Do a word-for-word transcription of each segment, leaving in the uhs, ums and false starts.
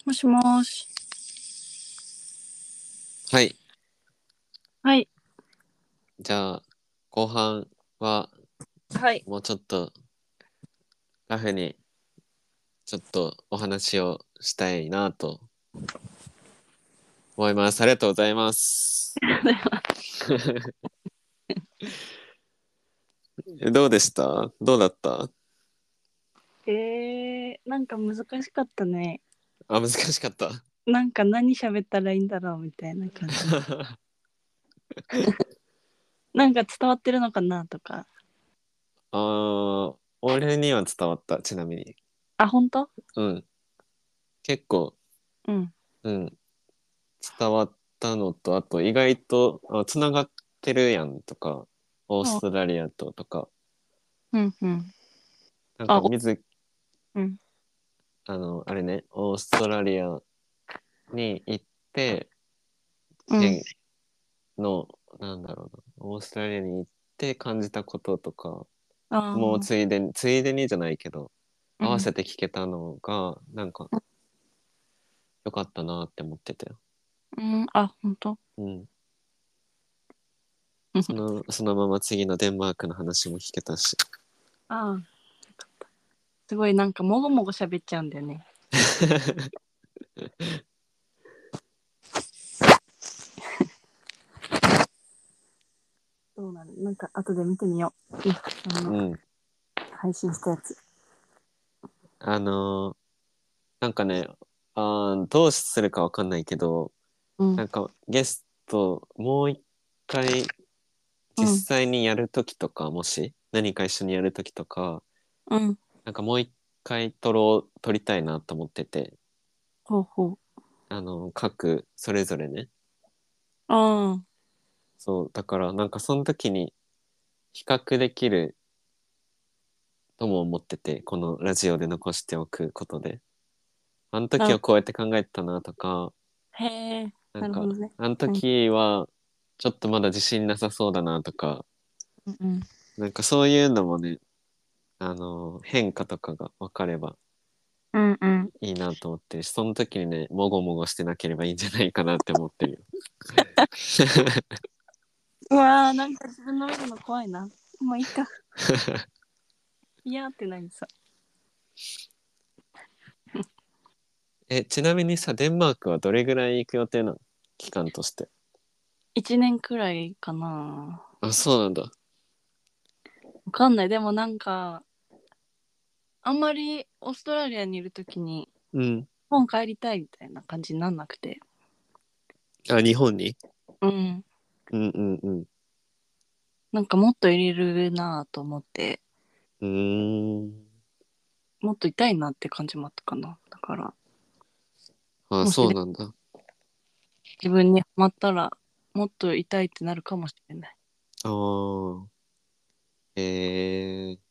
もしもーし。 はい。 はい。 じゃあ、後半ははい。 もうちょっとラフにちょっとお話をしたいなと思います。ありがとうございます。どうでした？どうだった？ えー、なんか難しかったね。 あ、難しかった。 なんか何喋ったらいいんだろうみたいな感じ。なんか伝わってるのかなとか。 あー、俺には伝わった、ちなみに。 あ、本当？ うん。結構、 うん。 うん、伝わったのと、あと意外と、あ、つながってるやんとか、オースあ、 トラリアととか、 うんうん。 なんあ、おか水、 うん。 あの、あれね、オーストラリアに行って、 うん。 県の、なんだろうな、オーストラリアに行って感じたこととか、もうあついでに、ついでにじゃないけど、 あ、うん。 合わせて聞けたのが、なんか良かったなって思ってたよ。 うん。あ、本当？ うん。 うん。 その、そのまま次のデンマークの話も聞けたし。 ああ、すごいなんかもごもご喋っちゃうんだよね。どうなる？なんか後で見てみよう。うん。あの、 うん。 配信したやつ。 あのーなんかね、あーどうするかわかんないけど、 うん。 なんかゲストもう一回うん。 実際にやるときとか、もし何か一緒にやるときとか、 うん。 なんかもう一回撮ろう、撮りたいなと思ってて、 ほうほう。 あの、各それぞれね。 ああ。 そう、だからなんかその時に比較できるとも思ってて、このラジオで残しておくことで。あの時なるはこうやって考えてたなとか、 へえ、 なんか、 なるほどね。 あのうん。 時はちょっとまだ自信なさそうだなとか、 うんうん。 なんかそういうのもね、あの、変化とかが分かればうんうん。 いいなと思ってるし、その時にね、もごもごしてなければいいんじゃないかなって思ってるよ。 うわー、なんか自分の見るの怖いな。もういいか。いやーって何さ。 え、ちなみにさ、デンマークはどれぐらい行く予定なの？期間として。 一年くらいかな。 あ、そうなんだ。 わかんない。でもなんか、あんまりオーストラリアにいるときに、 うん。 本帰りたいみたいな感じになんなくて。 あ、日本に？ うん。 うんうんうん。 なんかもっと入れるなと思って、 うーん。 もっといたいなって感じもあったかな。だから、 あ、 もしでそうなんだ。 自分にハマったら、もっといたいってなるかもしれない。 ああ。えー、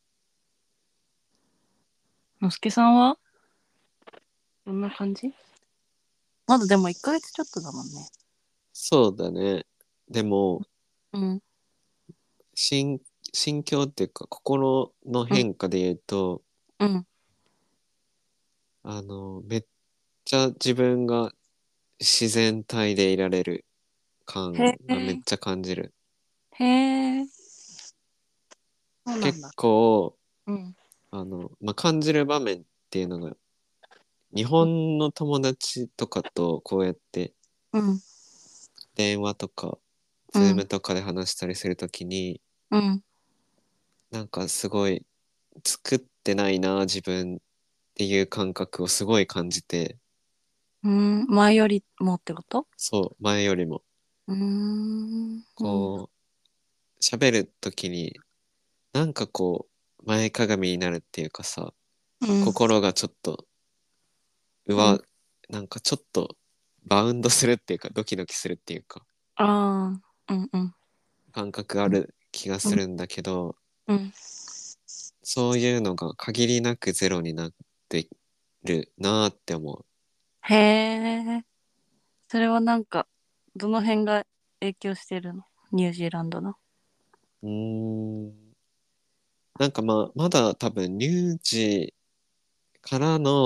のすけさんはどんな感じ？まだでもいっかげつちょっとだもんね。 そうだね。でも、 うん。 心、心境っていうか、心のうん。 変化で言うと、 うん。 あの、めっちゃ自分が自然体でいられる感へがめっえ。 ちゃ感じる。 へえ。そうな結んだ。 構、 うん。 あの、まあ、感じる場面っていうのが、日本の友達とかとこうやってうん。 電話とか、 うん。 ズームとかで話したりするときに、 うん。 なんかすごい作ってないな、自分っていう感覚をすごい感じて、 うん。前よりもってこと？ そう、前よりも、 うーん。うん。 こう、喋るときに、なんかこう、前かがみになるっていうかさ、 うん。 心がちょっと、ううん。 わ、なんかちょっと、バウンドするっていうか、ドキドキするっていうか、 ああ。うんうん。 感覚ある気がうん。 するんだけど、 うん。 そういうのが限りなくゼロになってるなーって思へえ。それはなんか、どの辺が影響してるの？ニュージーランドの。 う。うーん。なんかまあ、まだ多分乳児からの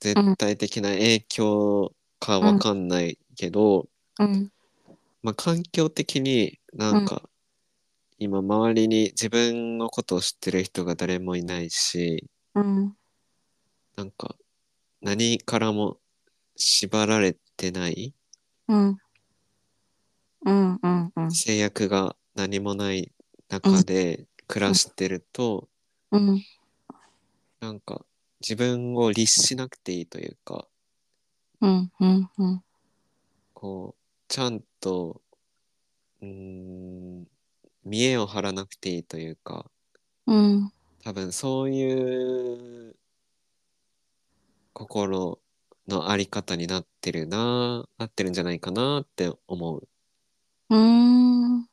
絶うん対的な影響かわうんかんないけど、 うんまあ、環境的になうんんか今周りに自分のことを知ってる人が誰もいないし、 うんなんか何からも縛られてないうんうんうんうん制約が何もないうん中で暮らしてると、 うんなんか自分を律しなくていいというか、 うんうんうんこう、ちゃんと、うーん、見栄を張らなくていいというか、 うん多分そういう心のあり方になってるな、なってるんじゃないかなって思う。 うーん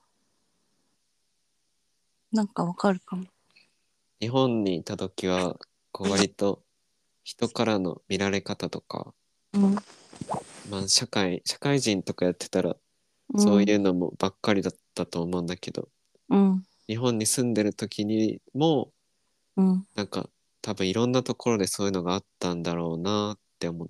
なんかわかるかも。 日本にいた時は、こう割と人からの見られ方とか、 うんまあ社会、社会人とかやってたら、そううんいうのもばっかりだったと思うんだけど、 うん日本に住んでる時にも、 うんなんか多分いろんなところでそういうのがあったんだろうなって思って、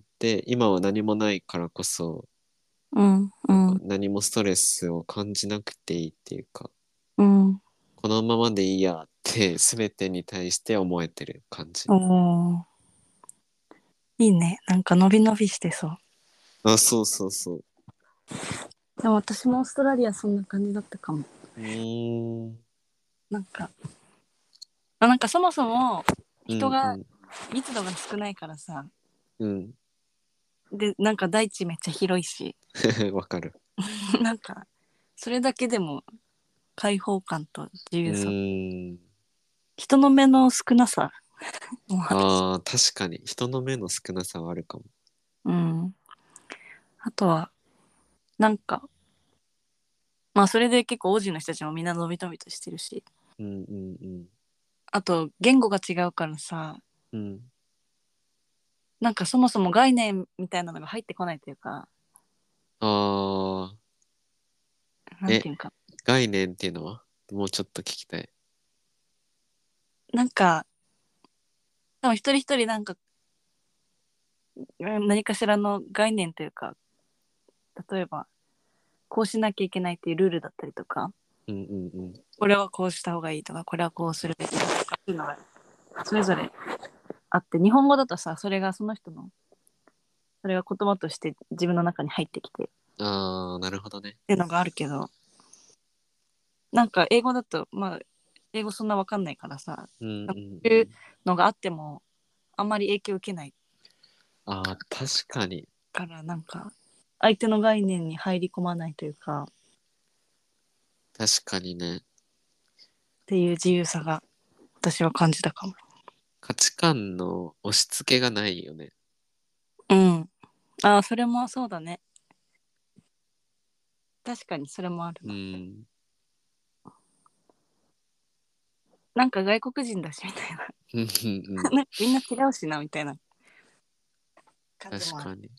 今は何もないからこそ、 うんうなんかん何もストレスを感じなくていいっていうか、 うんこのままでいいやって全てに対して思えてる感じ。 おーいいね。なんか伸び伸びしてそう。 あ、そうそうそう。 でも私もオーストラリアそんな感じだったかも。 うーん。 なんか、あなんかそもそも人がうんうん。 密度が少ないからさ、 うん。 で、なんか大地めっちゃ広いし、 わかる。 なんか、それだけでも開放感と自う由さ、 ーん。 人の目の少なさもあるし、 ああ、確かに人の目の少なさはあるかも。 うん。あとは、なんか、まあそれで結構王子の人たちもみんな伸び伸びとしてるし、 うんうんうん。 あと言語が違うからさ、 うん。 なんかそもそも概念みたいなのが入ってこないというか、 ああ、え、 なんていうか、 概念っていうのはもうちょっと聞きたい。 なんか、多分一人一人なんか、うん何かしらの概念というか、例えば、こうしなきゃいけないっていうルールだったりとか、 うんうんうん。 これはこうした方がいいとか、これはこうするべきだとかっていうのが、それぞれあって、日本語だとさ、それがその人の、それが言葉として自分の中に入ってきてっああ、なるほどね。 ていうのがあるけど、なんか英語だと、まあ、英語そんなわかんないからさ、 うんうんこうういうん。 のがあっても、あんまり影響を受けないああ、確かに。 から、なんか、相手の概念に入り込まないというか、っ確かにね。 ていう自由さが私は感じたかも。 価値観の押し付けがないよね。 うん。ああ、それもそうだね。確かにそれもあるうな。 ん。 なんか外国人だしみたいな。 うんうんうん。 なんかみんな違うしなみたいな感じもある。 確かに。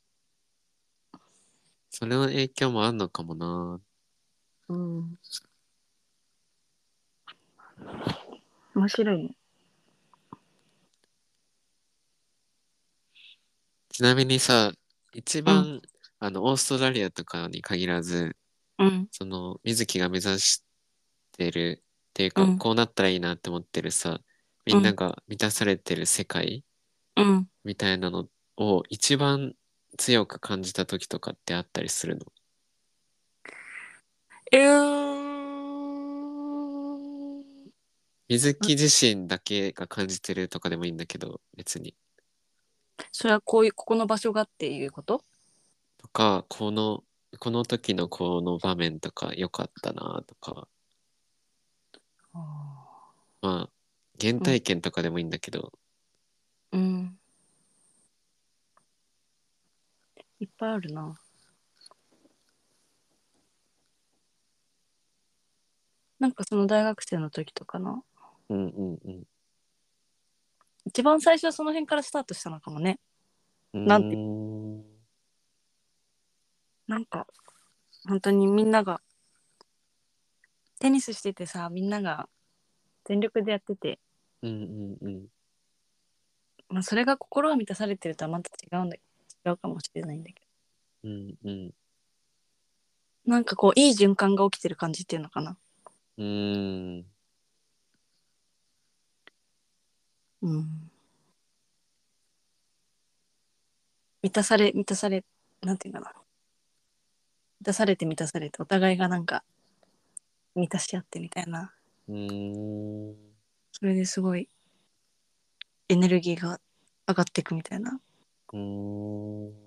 それの影響もあんのかもな。 うん。面白いね。 ちなみにさ、一うん。 番、あの、オーストラリアとかに限らず、 うん。 その、水木が目指してるっていうか、 うん。 こうなったらいいなって思ってるさ、みうん。 んなが満たされてる世界うん。 みたいなのを一番強く感じた時とかってあったりするの？ えー、 水木自身だけが感じてるとかでもいいんだけど、別に。 それはこういう、ここの場所がっていうこと？ とか、この、この時のこの場面とか良かったなとか、 あまあ、原ーうん。 体験とかでもいいんだけど、 うん。いっぱいあるな。なんかその大学生の時とかな。 うんうんうん。 一番最初はその辺からスタートしたのかもね。 うなんて、 ーん。 なんか、本当にみんなが、テニスしててさ、みんなが全力でやってて、 うんうんうん。 まあ、それが心が満たされてるとはまた違うんだ違うかもしれないんだけうんうんど、なんかこういい循環が起きてる感じっていうのかな。 うーんうん。満たされ満たされなんていうかな、満たされて満たされてお互いがなんか満たし合ってみたいな、 うーんそれですごいエネルギーが上がっていくみたいなうーん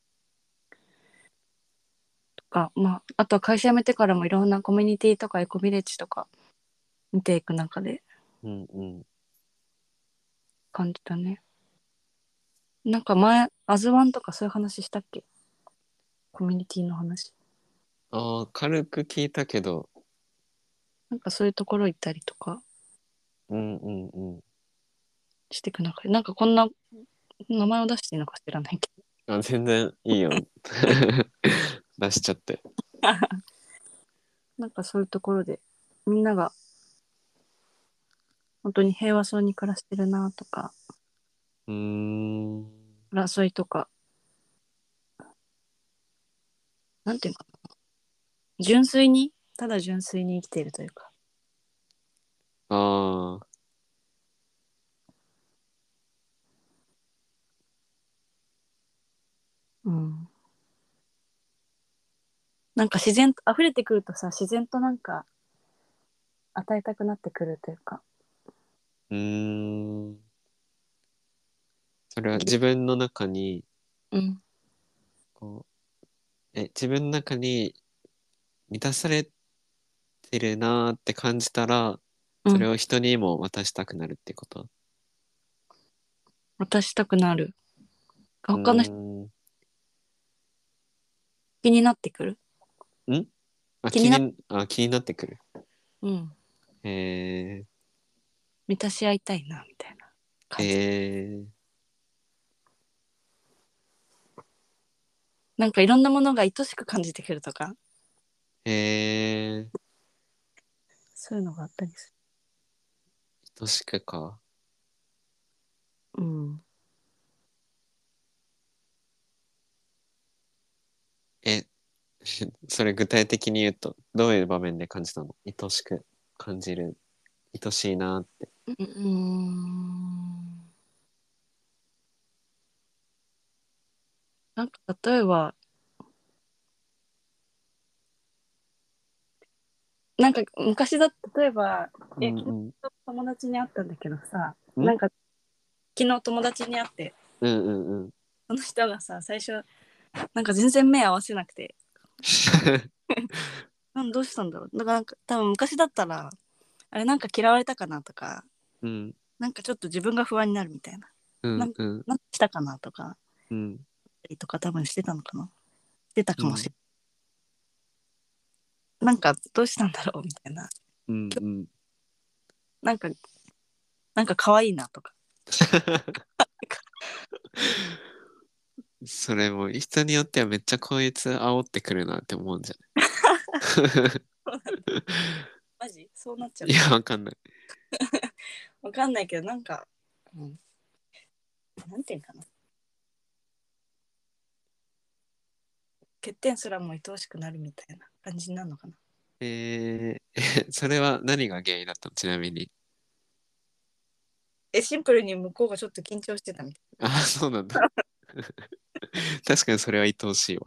とか、まああとは会社辞めてからもいろんなコミュニティとかエコビレッジとか見ていく中でうんうん感じたね。なんか前アズワンとかそういう話したっけ、コミュニティの話。 ああ軽く聞いたけどなんかそういうところ行ったりとかうんうんうんしていく中で、なんかこんな名前を出していいのか知らないけあ全然いいよ出しちゃってどなんかそういうところでみんなが本当に平和そうに暮らしてるなとか、 うーん争いとか、なんていうのかな、純粋にただ純粋に生きているというか、 ああうん、なんか自然と溢れてくるとさ、自然となんか与えたくなってくるというか、 うーんそれは自分の中にうん、 こうえ自分の中に満たされてるなーって感じたらうん、 それを人にも渡したくなるってこと？ 渡したくなる。 う他の人ーん気になってくる。 んあ気になっ、 気にあ気になってくる。 うん、 へえ満たし合いたいなみたいなへ感じ。 えなんかいろんなものが愛しく感じてくるとか、 へえそういうのがあったりす等しくか。 る。うん。 えそれ具体的に言うとどういう場面で感じたの？愛しく感じる愛しいなって。 うーん。なんか例えば、なんか昔だ、例えば、え、昨日うんうん友達に会ったんだけどさ、 んなんか昨日友達に会って、 うんうんうん。 その人がさ、最初、なんか全然目合わせなくて、なんどうしたんだろう。だからなんか多分昔だったら、あれなんか嫌われたかなとか、 うんなんかちょっと自分が不安になるみたいな。 うなんか、 んうんなんかしたかなとか、 うんとか多分してたのかな。してたかもしれうんない。なんかどうしたんだろうみたいな。 うんうん。 なんか、なんか可愛いなとか。 それも人によってはめっちゃこいつ煽ってくるなって思うんじゃない？ マジそうなっちゃういや、 のかな。 わかんない。 わかんないけど、なんか、うん、なんていうかな。欠点すらも愛おしくなるみたいな感じになるのかな。 えー、それは何が原因だったのちなみに？ え、シンプルに向こうがちょっと緊張してたみたいあ、そうなんだ。確かにそれは愛おしいわ。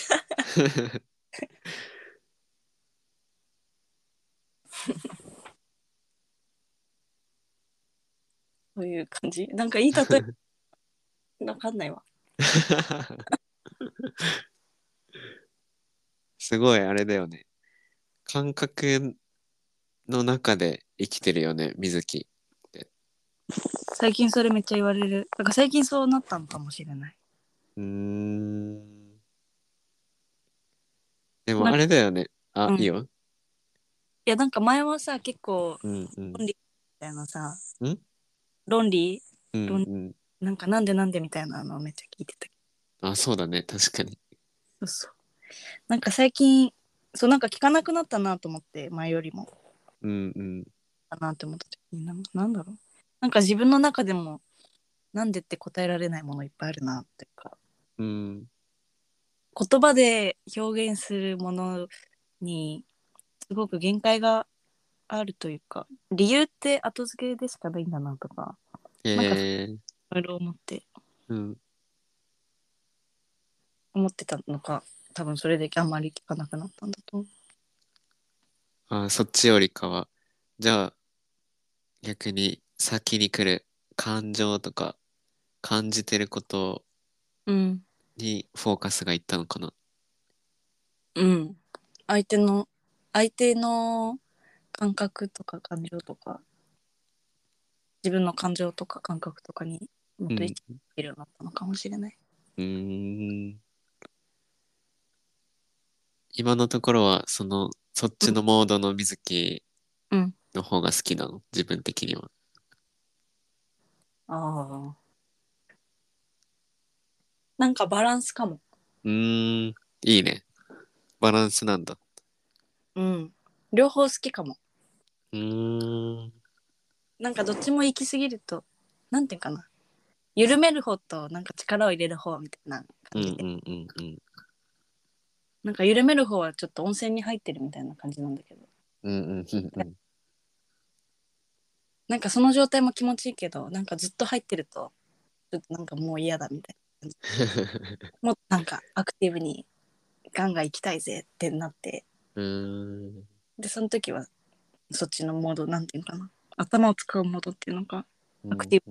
な。そういう感じ。なんかいい例え、わかんないわ。 すごいあれだよね。感覚の中で生きてるよね、水木って。 最近それめっちゃ言われる。なんか最近そうなったのかもしれない。 うーん。でもあなんか、 れだよね。あ、 うん。いいいよ。 や、なんか前はさ、結構、 うんうん。 論理みたいなさ、 ん論理論うんうん。 なんかなんでなんでみたいなのをめっちゃ聞いてた。 あ、そうだね。確かに。 そうそう。なんか最近、そうなんか聞かなくなったなと思って、前よりも。 うんうん。 かなって思った時に、なんなんだろう。なんか自分の中でもなんでって答えられないものいっぱいあるなっていうか、 うん。 言葉で表現するものにすごく限界があるというか、理由って後付けでしかないんだなとか、なんかいえー、 ろいろ思ってうん。 思ってたのか、多分それであんまり聞かなくなったんだと思あ、そっちよりかは。じゃあ、逆に先に来る感情とか感じてることう。うん。 にフォーカスがいったのかな。 うん。相手の、相手の感覚とか感情とか、自分の感情とか感覚とかにもっうん。 と意識できるようになったのかもしれない。 うーん。今のところは、その、そっちのモードの水木うん。 の方が好きなの、自分的には。 ああ。なんかバランスかも。 うーん。いいね。バランスなんだ。 うん。両方好きかも。 うーん。 なんかどっちも行き過ぎると、なんていうかな。緩める方となんか力を入れる方みたいなうんう感じで。 んうんうん。 なんか緩める方はちょっと温泉に入ってるみたいな感じなんだけど。 うんうんうんうん。 なんかその状態も気持ちいいけど、なんかずっと入ってると、ちょっとなんかもう嫌だみたいな感じ。もっとなんかアクティブにガンガン行きたいぜってなって、 うーん。 で、その時はそっちのモード、なんていうのかな。頭を使うモードっていうのか、 うアクティブ、 んうん。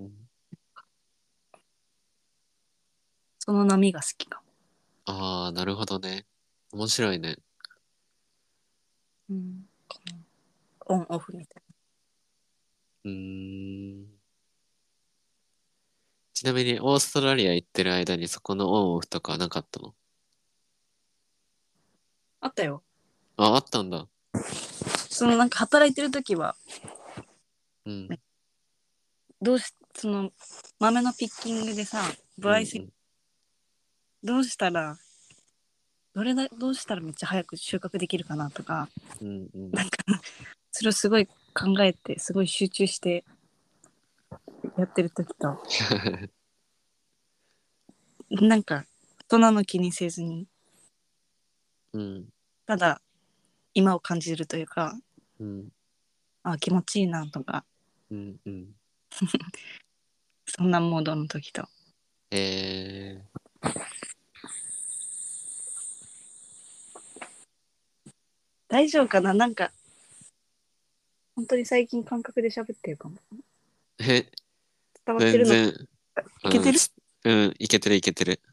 その波が好きかも。 ああ、なるほどね。面白いね。 うん。オンオフみたいうーん。ちなみに、オーストラリア行ってる間にそこのオンオフとかはなかったの？ な。あったよ。 あ、あったんだ。 そのなんか働いてる時は、 うん。 どうし、その豆のピッキングでさ、 うんう歩合制、 ん。 どうしたら、どれだ、どうしたらめっちゃ早く収穫できるかなとか、 うんうん。 なんかそれをすごい考えて、すごい集中してやってる時と、なんか、そんなの気にせずに、 うん。 ただ今を感じるというか、 うん。 あ、気持ちいいなとか、 うんうん。 そんなモードの時と。 えー、 大丈夫かな、なんか、本当に最近感覚で喋ってるかも。 え、 伝わってるのか。 全然、うん、 いけてる。 すうん、いけてるいけてる。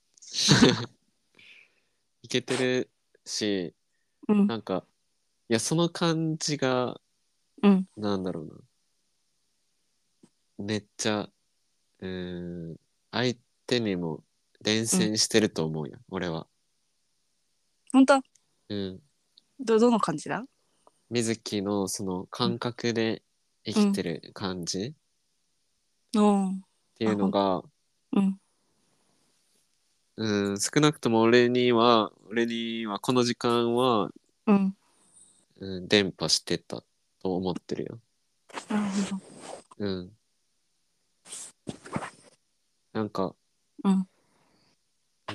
いけてるし、 うん、 なんか、いや、その感じが、 うん。 なんだろうな。めっちゃ、うーん、相手にも伝うん。 染してると思うよ、俺は。 本当？ うん。 ど、どの感じだ？ 水木のその感覚で生うん。 きてる感じっおー。 ていあ、ほん、 うのが、 うん。 うん、少なくとも俺には、俺にはこの時間は、 うん。 うん、伝播してたと思ってるよ。 なるほど。 うん。なんか、 うん。 うん、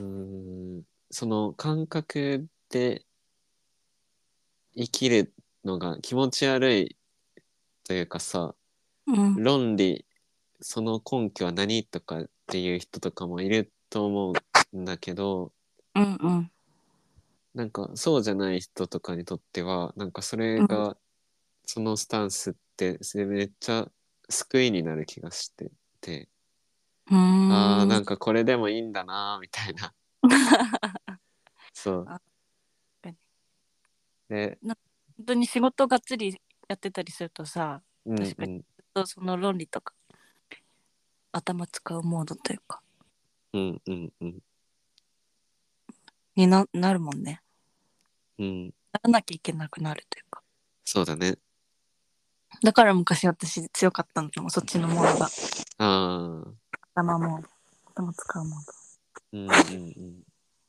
その感覚で生きるのが気持ち悪いというかさ、 うん。 論理、その根拠は何とかっていう人とかもいると思うんだけど、 うん。うん。 なんかそうじゃない人とかにとっては、なんかそれうん。 が、そのスタンスってめっちゃ救いになる気がしてて、 うーああ、 ん。 なんかこれでもいいんだな、みたいな。そう。 あ、確かに。 で、 な、本当に仕事がっつりやってたりするとさ、確かにうんうん、 ずっとその論理とか頭使うモードというか、 うんうんうん、 にな、なるもんね。 うん、 ならなきゃいけなくなるというか。 そうだね。 だから昔私強かったのもそっちのモードが。 ああ、 頭モード。頭使うモーうんうんうん。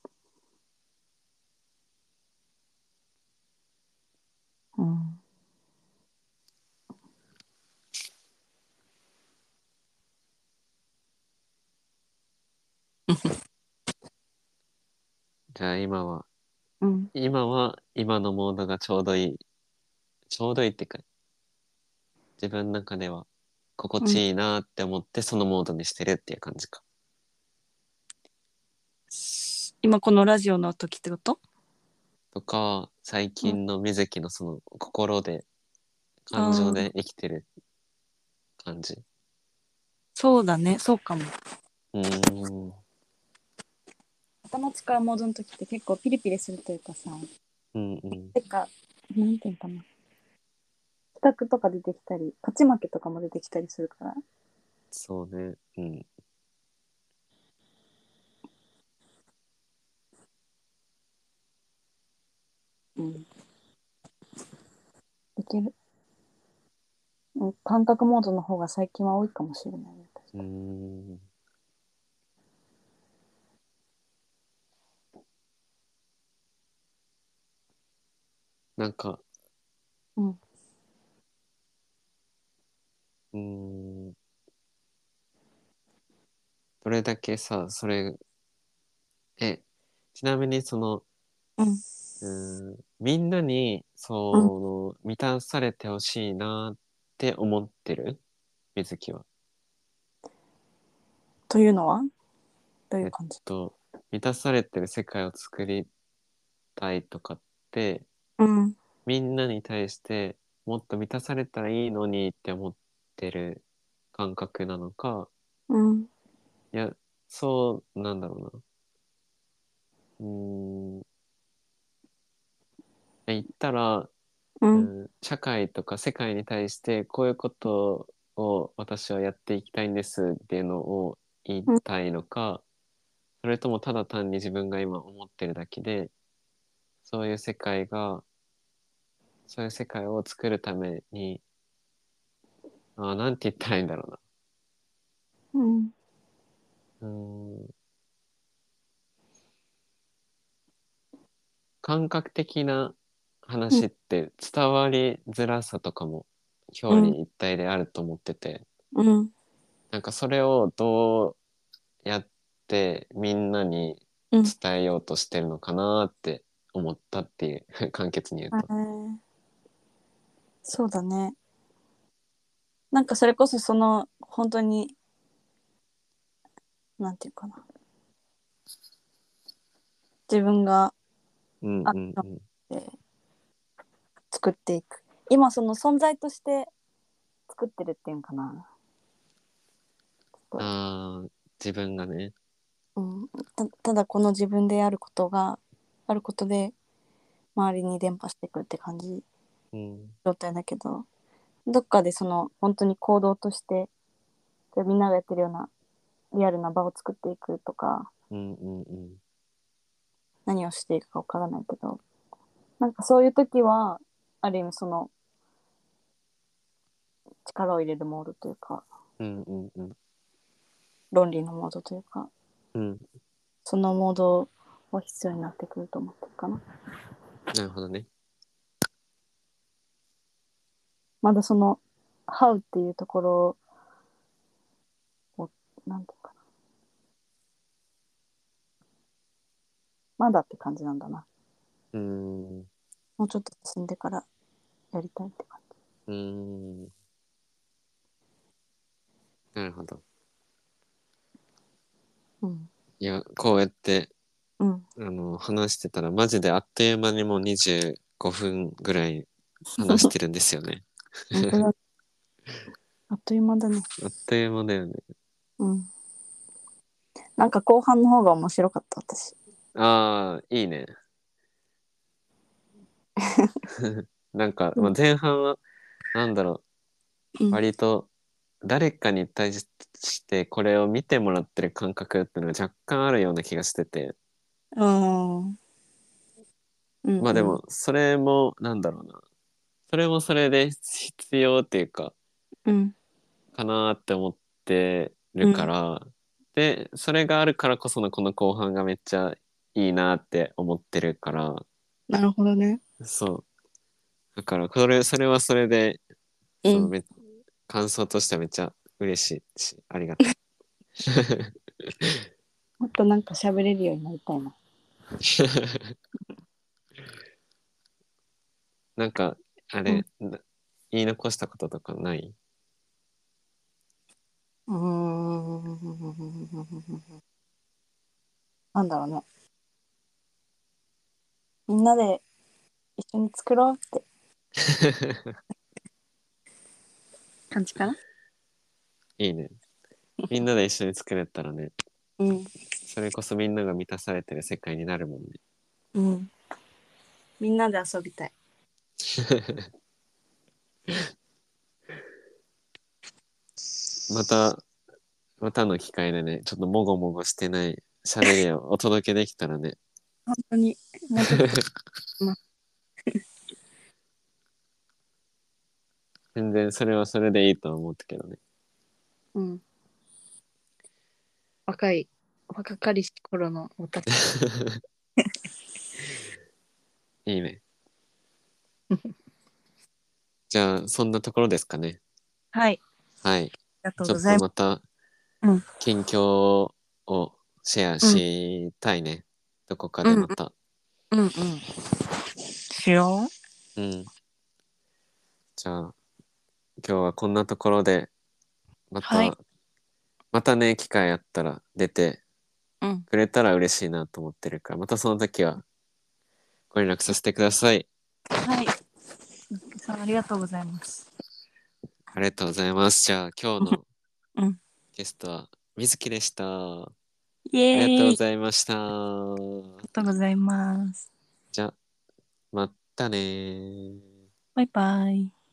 ド。うん。 じゃあ今は、 うん。 今は今のモードがちょうどいい。ちょうどいいってか、自分の中では心うん。 地いいなって思ってそのモードにしてるっていう感じか。 今このラジオの時ってこと？ とか、最うん。 近の水木のその心で、感情ああ、 で生きてる感じ。 そうだね。そうかも。 うーん。 頭使うモードの時って結構ピリピリするというかさ、 うんうん。 てか、なんていうのかな。比較とか出てきたり、勝ち負けとかも出てきたりするから。 そうね。うん。 うん。いける。うん、感覚モードの方が最近は多いかもしれないね。確うーかん。なんか、 に。うん。 うーん。どれだけさ、それ、え、ちなみにその、 うん。 うーん、みんなに、 うん。 その、満たされてほしいなって思ってる水木は。 というのはどういえっう感じ？ と、満たされてる世界を作りたいとかって、 うん。 みんなに対してもっと満たされたらいいのにって思ってる感覚なのか、 うん。 いや、そうなんだろうな。うーん、言ったら、 うん。 うん、社会とか世界に対してこういうことを私はやっていきたいんですっていうのを言いうん。 たいのか、それともただ単に自分が今思ってるだけで、そういう世界が、そういう世界を作るために、あー、なんて言ったらいいんだろうな。 うん。 うーん、感覚的なうん。 話って伝わりづらさとかもうん。 表裏一体であると思ってて、 うん。 なんかそれをどうやってみんなにうん。 伝えようとしてるのかなって思ったっていう簡潔に言うえと。 ー、そうだね。なんかそれこそその、本当に、なんていうかな。自分がうんあうんうん。 って作っていく。今その存在として作ってるっていうんかな。 ああ、自分がね。 うん、たただこの自分であることがあることで周りに伝播していくって感じうん。 状態だけど、どっかでその本当に行動としてみんながやってるようなリアルな場を作っていくとか、 うんうんうん。 何をしていくかわからないけど、なんかそういう時はある意味その力を入れるモードというか、 うんうんうん。 論理のモードというか、 うん。 そのモードは必要になってくると思ってるかな。 なるほどね。 まだその How っていうところを、なんていうかな、まだって感じなんだな。 うーん。うもうちょっと進んでからやりたいって感ーん。なるほど。 じ。うん。 いや、こうやってうん。 あの話してたらマジであっという間にもうにじゅうごふんぐらい話してるんですよね。 本当だ。あっという間だね。 あっという間だよね。 うん。なんか後半の方が面白かった、私。 ああ、いいね。なんか、まあ、 うん。 前半は、なんだろう、 うん。 割と誰かに対してこれを見てもらってる感覚っていうのが若干あるような気がしてて、 うん。うんうん。 まあでも、それも、なんだろうな、それもそれで必要っていうか、 うん。 かなって思ってるかうん。 ら、で、それがあるからこそのこの後半がめっちゃいいなって思ってるから、 なるほどね。 そう。だから、これ、それはそれで、そう、 うん。 め、感想としてはめっちゃ嬉しいし、ありがたい。 もっとなんか喋れるようになりたいな。 なんか、あうん。 れ、な言い残したこととかない？ うーん。なんだろうね。みんなで一緒に作ろうって感じかな。 いいね。みんなで一緒に作れたらね、 うん。 それこそみんなが満たされてる世界になるもんね。 うん。みんなで遊びたい。 また、またの機会でね、ちょっともごもごしてない喋りをお届けできたらね。 本当に、もうちょっと、ま、 全然それはそれでいいと思ったけどね。 うん。若い、若かりし頃の私。 いいね。じゃあ、そんなところですかね。 はい。 はい。 ありがとうちょっございます。 とまたうん。 近況をシェアうん。 したいね。どこかうん。うん。 でまた。 うん。しようん。じゃあ、今日はこんなところで、まう。はい。 た、またね、機会あったら出てうん。 くれたら嬉しいなと思ってるから、またその時はご連絡させてください。 はい。さんありがとうございます。 ありがとうございます。じゃあ、今日のうん。 ゲストはみずきでした。あイエりがとうごーイ。ありざいました。 がとうございます。 じゃあ、またねー。 バイバイ。